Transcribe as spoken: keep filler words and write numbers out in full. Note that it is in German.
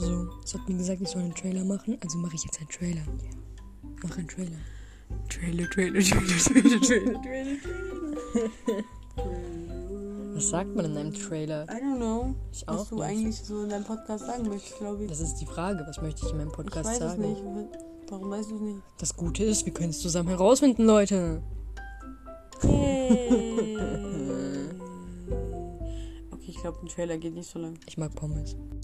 So, es hat mir gesagt, ich soll einen Trailer machen, also mache ich jetzt einen Trailer. Ja. Mach einen Trailer. Trailer, Trailer, Trailer, Trailer, Trailer, Trailer, Trailer. Was sagt man in einem Trailer? I don't know. Ich was auch du nicht. eigentlich so in deinem Podcast sagen möchtest, glaube ich. Das ist die Frage, was möchte ich in meinem Podcast ich weiß sagen? es nicht. Warum weißt du es nicht? Das Gute ist, wir können es zusammen herausfinden, Leute. Hey. Okay, ich glaube, ein Trailer geht nicht so lang. Ich mag Pommes.